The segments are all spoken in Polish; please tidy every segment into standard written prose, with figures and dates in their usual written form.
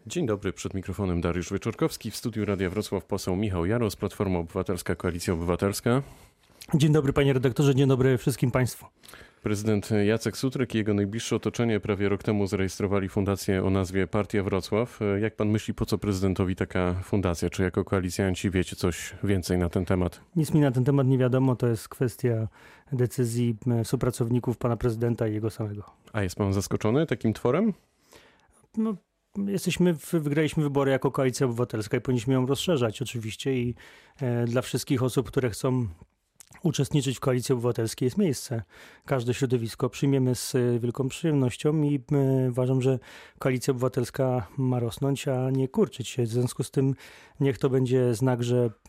Dzień dobry, przed mikrofonem Dariusz Wieczorkowski, w studiu Radia Wrocław poseł Michał Jaros, Platforma Obywatelska, Koalicja Obywatelska. Dzień dobry panie redaktorze, dzień dobry wszystkim państwu. Prezydent Jacek Sutryk i jego najbliższe otoczenie prawie rok temu zarejestrowali fundację o nazwie Partia Wrocław. Jak pan myśli, po co prezydentowi taka fundacja? Czy jako koalicjanci wiecie coś więcej na ten temat? Nic mi na ten temat nie wiadomo, to jest kwestia decyzji współpracowników pana prezydenta i jego samego. A jest pan zaskoczony takim tworem? Wygraliśmy wybory jako Koalicja Obywatelska i powinniśmy ją rozszerzać oczywiście i dla wszystkich osób, które chcą uczestniczyć w Koalicji Obywatelskiej jest miejsce. Każde środowisko przyjmiemy z wielką przyjemnością i uważam, że Koalicja Obywatelska ma rosnąć, a nie kurczyć się. W związku z tym niech to będzie znak,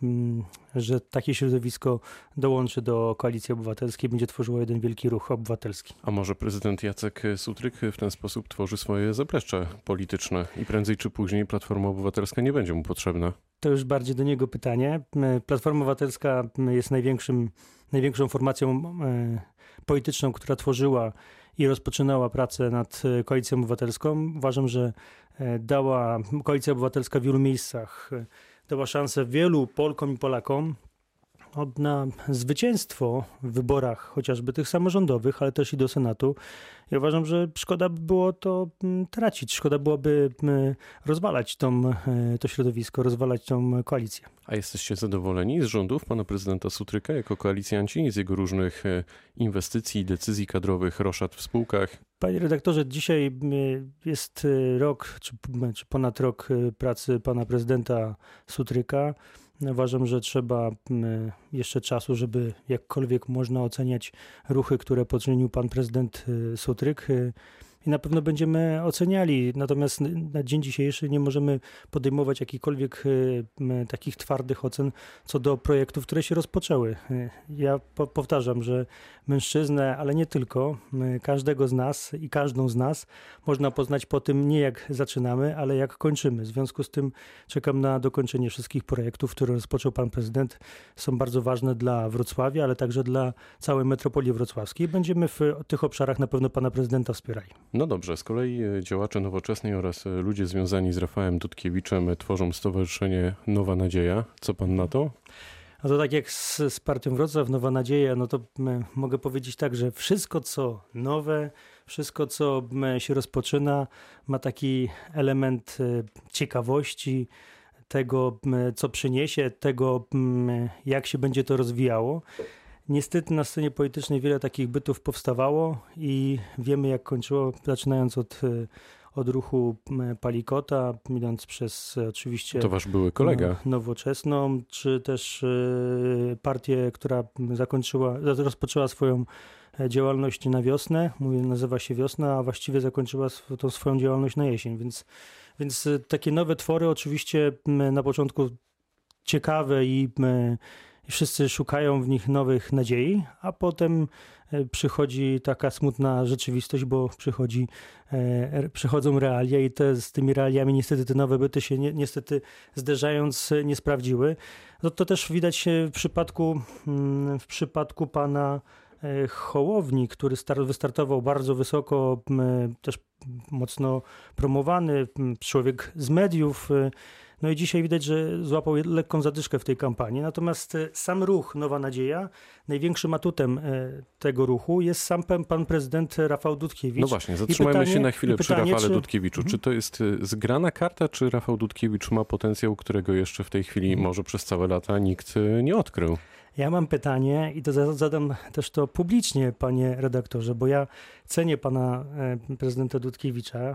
że takie środowisko dołączy do Koalicji Obywatelskiej, będzie tworzyło jeden wielki ruch obywatelski. A może prezydent Jacek Sutryk w ten sposób tworzy swoje zaplecze polityczne i prędzej czy później Platforma Obywatelska nie będzie mu potrzebna? To już bardziej do niego pytanie. Platforma Obywatelska jest największą formacją polityczną, która tworzyła i rozpoczynała pracę nad Koalicją Obywatelską. Uważam, że Koalicja Obywatelska w wielu miejscach dała szansę wielu Polkom i Polakom na zwycięstwo w wyborach, chociażby tych samorządowych, ale też i do Senatu. Ja uważam, że szkoda by było to tracić. Szkoda byłoby rozwalać to środowisko, rozwalać tą koalicję. A jesteście zadowoleni z rządów pana prezydenta Sutryka jako koalicjanci, z jego różnych inwestycji, decyzji kadrowych, roszad w spółkach? Panie redaktorze, dzisiaj jest rok, czy ponad rok pracy pana prezydenta Sutryka. Uważam, że trzeba jeszcze czasu, żeby jakkolwiek można oceniać ruchy, które poczynił pan prezydent Sutryk. I na pewno będziemy oceniali. Natomiast na dzień dzisiejszy nie możemy podejmować jakichkolwiek takich twardych ocen co do projektów, które się rozpoczęły. Ja powtarzam, że mężczyznę, ale nie tylko, każdego z nas i każdą z nas można poznać po tym nie jak zaczynamy, ale jak kończymy. W związku z tym czekam na dokończenie wszystkich projektów, które rozpoczął pan prezydent. Są bardzo ważne dla Wrocławia, ale także dla całej metropolii wrocławskiej. Będziemy w tych obszarach na pewno pana prezydenta wspierali. No dobrze, z kolei działacze Nowoczesnej oraz ludzie związani z Rafałem Dudkiewiczem tworzą stowarzyszenie Nowa Nadzieja. Co pan na to? A to tak jak z Partią Wrocław, Nowa Nadzieja, no to mogę powiedzieć tak, że wszystko co nowe, wszystko co się rozpoczyna ma taki element ciekawości, tego co przyniesie, tego jak się będzie to rozwijało. Niestety na scenie politycznej wiele takich bytów powstawało i wiemy jak kończyło, zaczynając od ruchu Palikota, idąc przez oczywiście to wasz były kolega. Nowoczesną, czy też partię, która rozpoczęła swoją działalność na wiosnę, nazywa się Wiosna, a właściwie zakończyła tą swoją działalność na jesień, więc takie nowe twory oczywiście na początku ciekawe i wszyscy szukają w nich nowych nadziei, a potem przychodzi taka smutna rzeczywistość, bo przychodzą realia i z tymi realiami niestety te nowe byty się niestety zderzając nie sprawdziły. No to też widać w przypadku pana Hołowni, który wystartował bardzo wysoko, też mocno promowany, człowiek z mediów. No i dzisiaj widać, że złapał lekką zadyszkę w tej kampanii. Natomiast sam ruch Nowa Nadzieja, największym atutem tego ruchu jest sam pan prezydent Rafał Dudkiewicz. No właśnie, zatrzymajmy się na chwilę przy Rafale Dudkiewiczu. Czy to jest zgrana karta, czy Rafał Dudkiewicz ma potencjał, którego jeszcze w tej chwili może przez całe lata nikt nie odkrył? Ja mam pytanie i to zadam też to publicznie, panie redaktorze, bo ja cenię pana prezydenta Dudkiewicza.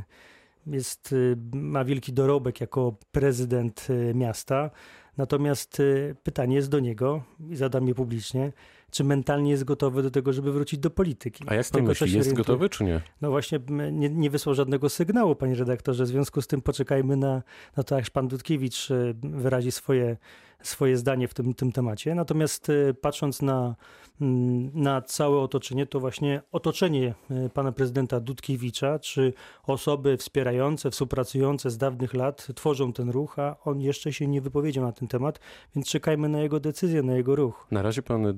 Ma wielki dorobek jako prezydent miasta, natomiast pytanie jest do niego i zadam je publicznie, czy mentalnie jest gotowy do tego, żeby wrócić do polityki. A jak pan myśli, jest gotowy czy nie? No właśnie nie wysłał żadnego sygnału, panie redaktorze, w związku z tym poczekajmy na to, aż pan Dudkiewicz wyrazi swoje zdanie w tym temacie. Natomiast patrząc na całe otoczenie, to właśnie otoczenie pana prezydenta Dudkiewicza, czy osoby wspierające, współpracujące z dawnych lat tworzą ten ruch, a on jeszcze się nie wypowiedział na ten temat, więc czekajmy na jego decyzję, na jego ruch. Na razie pan Dudkiewicz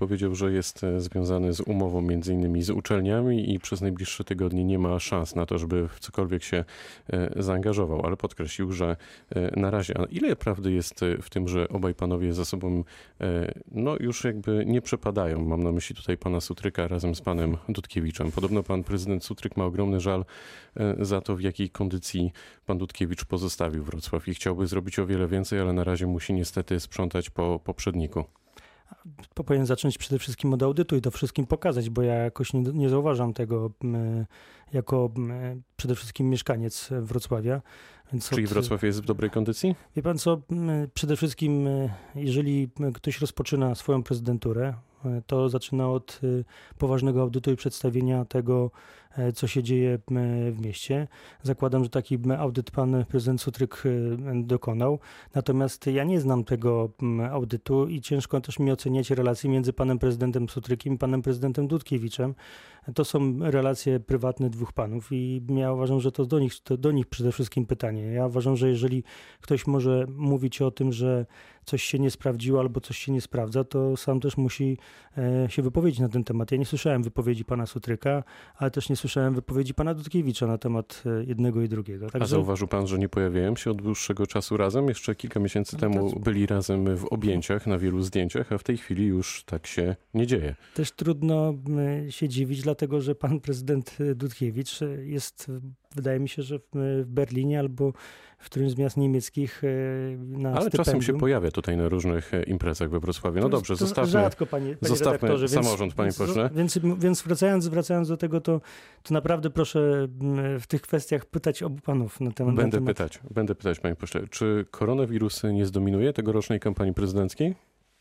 powiedział, że jest związany z umową między innymi z uczelniami i przez najbliższe tygodnie nie ma szans na to, żeby w cokolwiek się zaangażował, ale podkreślił, że na razie. A ile prawdy jest w tym, że obaj panowie za sobą no już jakby nie przepadają? Mam na myśli tutaj pana Sutryka razem z panem Dudkiewiczem. Podobno pan prezydent Sutryk ma ogromny żal za to, w jakiej kondycji pan Dudkiewicz pozostawił Wrocław i chciałby zrobić o wiele więcej, ale na razie musi niestety sprzątać po poprzedniku. Powinien zacząć przede wszystkim od audytu i to wszystkim pokazać, bo ja jakoś nie zauważam tego jako przede wszystkim mieszkaniec Wrocławia. Więc Czyli Wrocław jest w dobrej kondycji? Wie pan co, przede wszystkim jeżeli ktoś rozpoczyna swoją prezydenturę, to zaczyna od poważnego audytu i przedstawienia tego, co się dzieje w mieście. Zakładam, że taki audyt pan prezydent Sutryk dokonał. Natomiast ja nie znam tego audytu i ciężko też mi oceniać relacje między panem prezydentem Sutrykiem i panem prezydentem Dudkiewiczem. To są relacje prywatne dwóch panów i ja uważam, że to do nich przede wszystkim pytanie. Ja uważam, że jeżeli ktoś może mówić o tym, że coś się nie sprawdziło albo coś się nie sprawdza, to sam też musi się wypowiedzieć na ten temat. Ja nie słyszałem wypowiedzi pana Sutryka, ale też nie słyszałem wypowiedzi pana Dudkiewicza na temat jednego i drugiego. A zauważył pan, że nie pojawiają się od dłuższego czasu razem? Jeszcze kilka miesięcy temu byli razem w objęciach na wielu zdjęciach, a w tej chwili już tak się nie dzieje. Też trudno się dziwić, dlatego że pan prezydent Dudkiewicz jest, wydaje mi się, że w Berlinie albo w którymś z miast niemieckich na Ale stypendium. czasem się pojawia tutaj na różnych imprezach we Wrocławiu. No dobrze, rzadko, panie redaktorze, samorząd, panie pośle. Więc wracając do tego, to naprawdę proszę w tych kwestiach pytać obu panów na temat. Będę pytać, panie pośle. Czy koronawirus nie zdominuje tegorocznej kampanii prezydenckiej?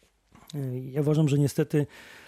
Ja uważam, że niestety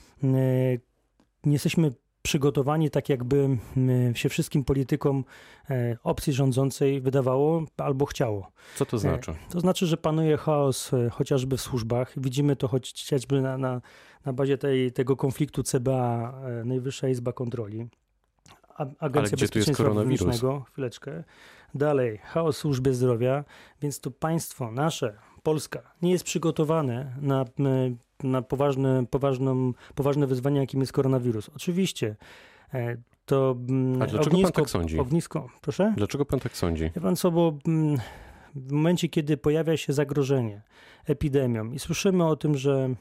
nie jesteśmy przygotowani tak, jakby się wszystkim politykom opcji rządzącej wydawało albo chciało. Co to znaczy? To znaczy, że panuje chaos chociażby w służbach. Widzimy to chociażby na bazie tego konfliktu CBA, Najwyższa Izba Kontroli. Agencja Bezpieczeństwa Wewnętrznego. Chwileczkę. Dalej, chaos w służbie zdrowia, więc to państwo nasze, Polska, nie jest przygotowane na poważne wyzwania, jakim jest koronawirus. Oczywiście to A dlaczego pan tak sądzi? Ognisko, proszę? Dlaczego pan tak sądzi? Wie pan co, bo w momencie, kiedy pojawia się zagrożenie epidemią i słyszymy o tym, że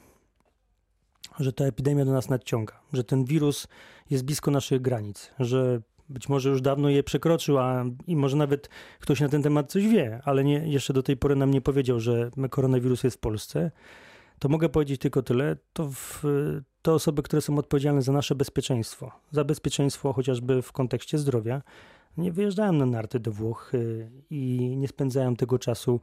ta epidemia do nas nadciąga, że ten wirus jest blisko naszych granic, że być może już dawno je przekroczył, i może nawet ktoś na ten temat coś wie, ale jeszcze do tej pory nam nie powiedział, że koronawirus jest w Polsce, to mogę powiedzieć tylko tyle, to osoby, które są odpowiedzialne za nasze bezpieczeństwo, za bezpieczeństwo chociażby w kontekście zdrowia, nie wyjeżdżają na narty do Włoch i nie spędzają tego czasu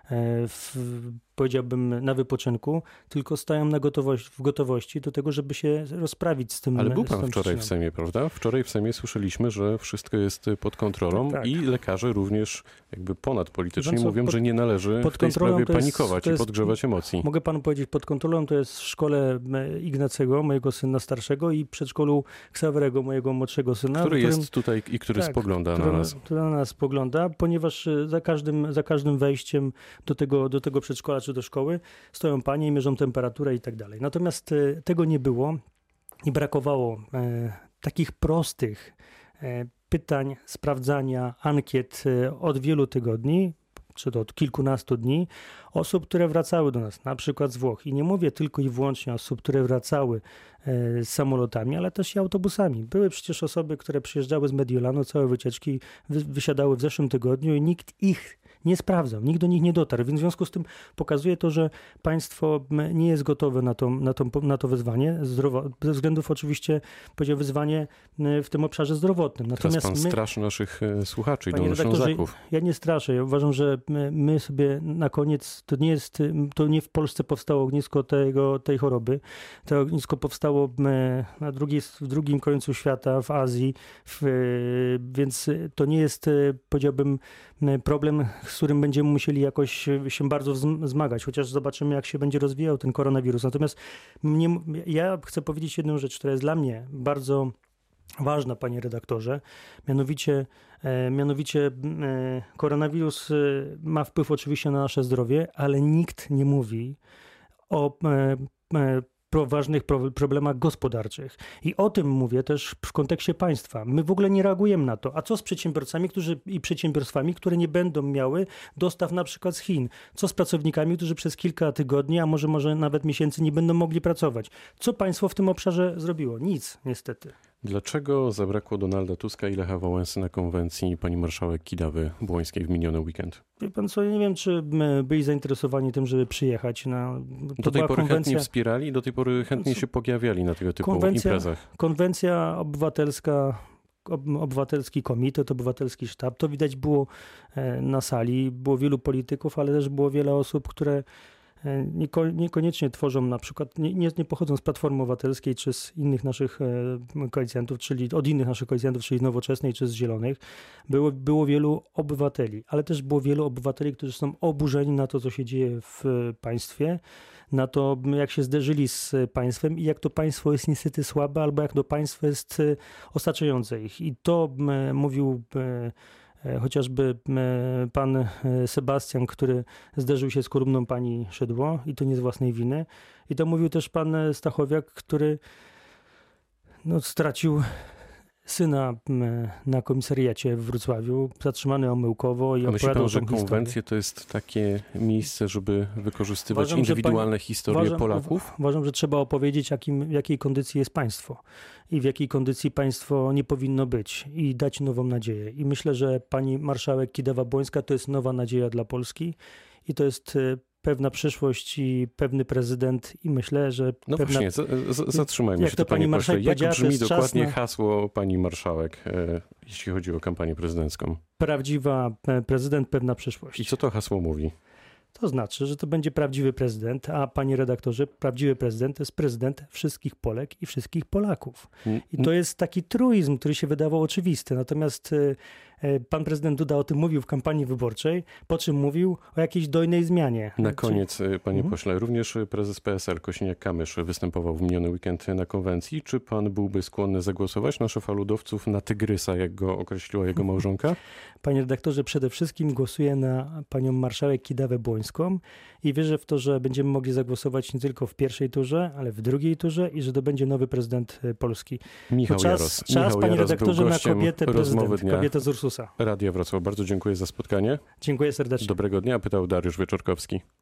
powiedziałbym na wypoczynku, tylko stają w gotowości do tego, żeby się rozprawić z tym. Ale był pan wczoraj w Sejmie, prawda? Wczoraj w Sejmie słyszeliśmy, że wszystko jest pod kontrolą i lekarze również jakby ponadpolitycznie mówią, że nie należy w tej sprawie panikować i podgrzewać emocji. Mogę panu powiedzieć, pod kontrolą to jest w szkole Ignacego, mojego syna starszego i przedszkolu Ksawerego, mojego młodszego syna. Który jest tutaj i który spogląda na nas. Który na nas spogląda, ponieważ za każdym wejściem do tego przedszkola czy do szkoły stoją panie i mierzą temperaturę i tak dalej. Natomiast tego nie było i brakowało takich prostych pytań, sprawdzania, ankiet od wielu tygodni, czy to od kilkunastu dni, osób, które wracały do nas, na przykład z Włoch. I nie mówię tylko i wyłącznie osób, które wracały z samolotami, ale też i autobusami. Były przecież osoby, które przyjeżdżały z Mediolanu, całe wycieczki wysiadały w zeszłym tygodniu i nikt ich nie sprawdzał, nikt do nich nie dotarł, więc w związku z tym pokazuje to, że państwo nie jest gotowe na to wyzwanie, ze względów oczywiście, powiedział, wyzwanie w tym obszarze zdrowotnym. Natomiast teraz pan straszy naszych słuchaczy i donoszą Ślązaków. Ja nie straszę, ja uważam, że my sobie na koniec, to nie w Polsce powstało ognisko tej choroby, to ognisko powstało w drugim końcu świata, w Azji, więc to nie jest, powiedziałbym, problem, z którym będziemy musieli jakoś się bardzo zmagać, chociaż zobaczymy, jak się będzie rozwijał ten koronawirus. Natomiast ja chcę powiedzieć jedną rzecz, która jest dla mnie bardzo ważna, panie redaktorze, mianowicie koronawirus ma wpływ oczywiście na nasze zdrowie, ale nikt nie mówi o poważnych problemach gospodarczych. I o tym mówię też w kontekście państwa. My w ogóle nie reagujemy na to. A co z przedsiębiorcami i przedsiębiorstwami, które nie będą miały dostaw na przykład z Chin? Co z pracownikami, którzy przez kilka tygodni, a może nawet miesięcy nie będą mogli pracować? Co państwo w tym obszarze zrobiło? Nic, niestety. Dlaczego zabrakło Donalda Tuska i Lecha Wałęsy na konwencji pani marszałek Kidawy-Błońskiej w miniony weekend? Wie pan co, ja nie wiem, czy byli zainteresowani tym, żeby przyjechać na... Do tej pory chętnie wspierali, do tej pory chętnie się pojawiali na tego typu imprezach. Konwencja obywatelska, obywatelski komitet, obywatelski sztab, to widać było na sali, było wielu polityków, ale też było wiele osób, które niekoniecznie tworzą na przykład, nie pochodzą z Platformy Obywatelskiej czy z innych naszych koalicjantów, czyli od innych naszych koalicjantów, czyli z Nowoczesnej czy z Zielonych. Było wielu obywateli, ale też było wielu obywateli, którzy są oburzeni na to, co się dzieje w państwie, na to, jak się zderzyli z państwem i jak to państwo jest niestety słabe, albo jak to państwo jest osaczające ich. I to mówił chociażby pan Sebastian, który zderzył się z kolumną pani Szydło i to nie z własnej winy. I to mówił też pan Stachowiak, który stracił syna na komisariacie w Wrocławiu, zatrzymany omyłkowo i opowiadał tą historię. Myśli pan, że konwencje to jest takie miejsce, żeby wykorzystywać indywidualne historie Polaków? Uważam, że trzeba opowiedzieć, w jakiej kondycji jest państwo i w jakiej kondycji państwo nie powinno być i dać nową nadzieję. I myślę, że pani marszałek Kidawa-Błońska to jest nowa nadzieja dla Polski i to jest pewna przyszłość i pewny prezydent i myślę, że... No pewna... właśnie, zatrzymajmy się tu, panie pośle. Jak brzmi dokładnie hasło pani marszałek, jeśli chodzi o kampanię prezydencką? Prawdziwa prezydent, pewna przyszłość. I co to hasło mówi? To znaczy, że to będzie prawdziwy prezydent, a panie redaktorze, prawdziwy prezydent to jest prezydent wszystkich Polek i wszystkich Polaków. I to jest taki truizm, który się wydawał oczywisty. Natomiast pan prezydent Duda o tym mówił w kampanii wyborczej, po czym mówił o jakiejś dojnej zmianie. Na koniec, panie pośle, również prezes PSL Kosiniak-Kamysz występował w miniony weekend na konwencji. Czy pan byłby skłonny zagłosować na szefa ludowców, na tygrysa, jak go określiła jego małżonka? Panie redaktorze, przede wszystkim głosuję na panią marszałek Kidawę-Błońską i wierzę w to, że będziemy mogli zagłosować nie tylko w pierwszej turze, ale w drugiej turze i że to będzie nowy prezydent Polski. Michał Jaros. Czas, panie redaktorze, na kobietę prezydent, kobietę z Ursusa. Radia Wrocław. Bardzo dziękuję za spotkanie. Dziękuję serdecznie. Dobrego dnia, pytał Dariusz Wieczorkowski.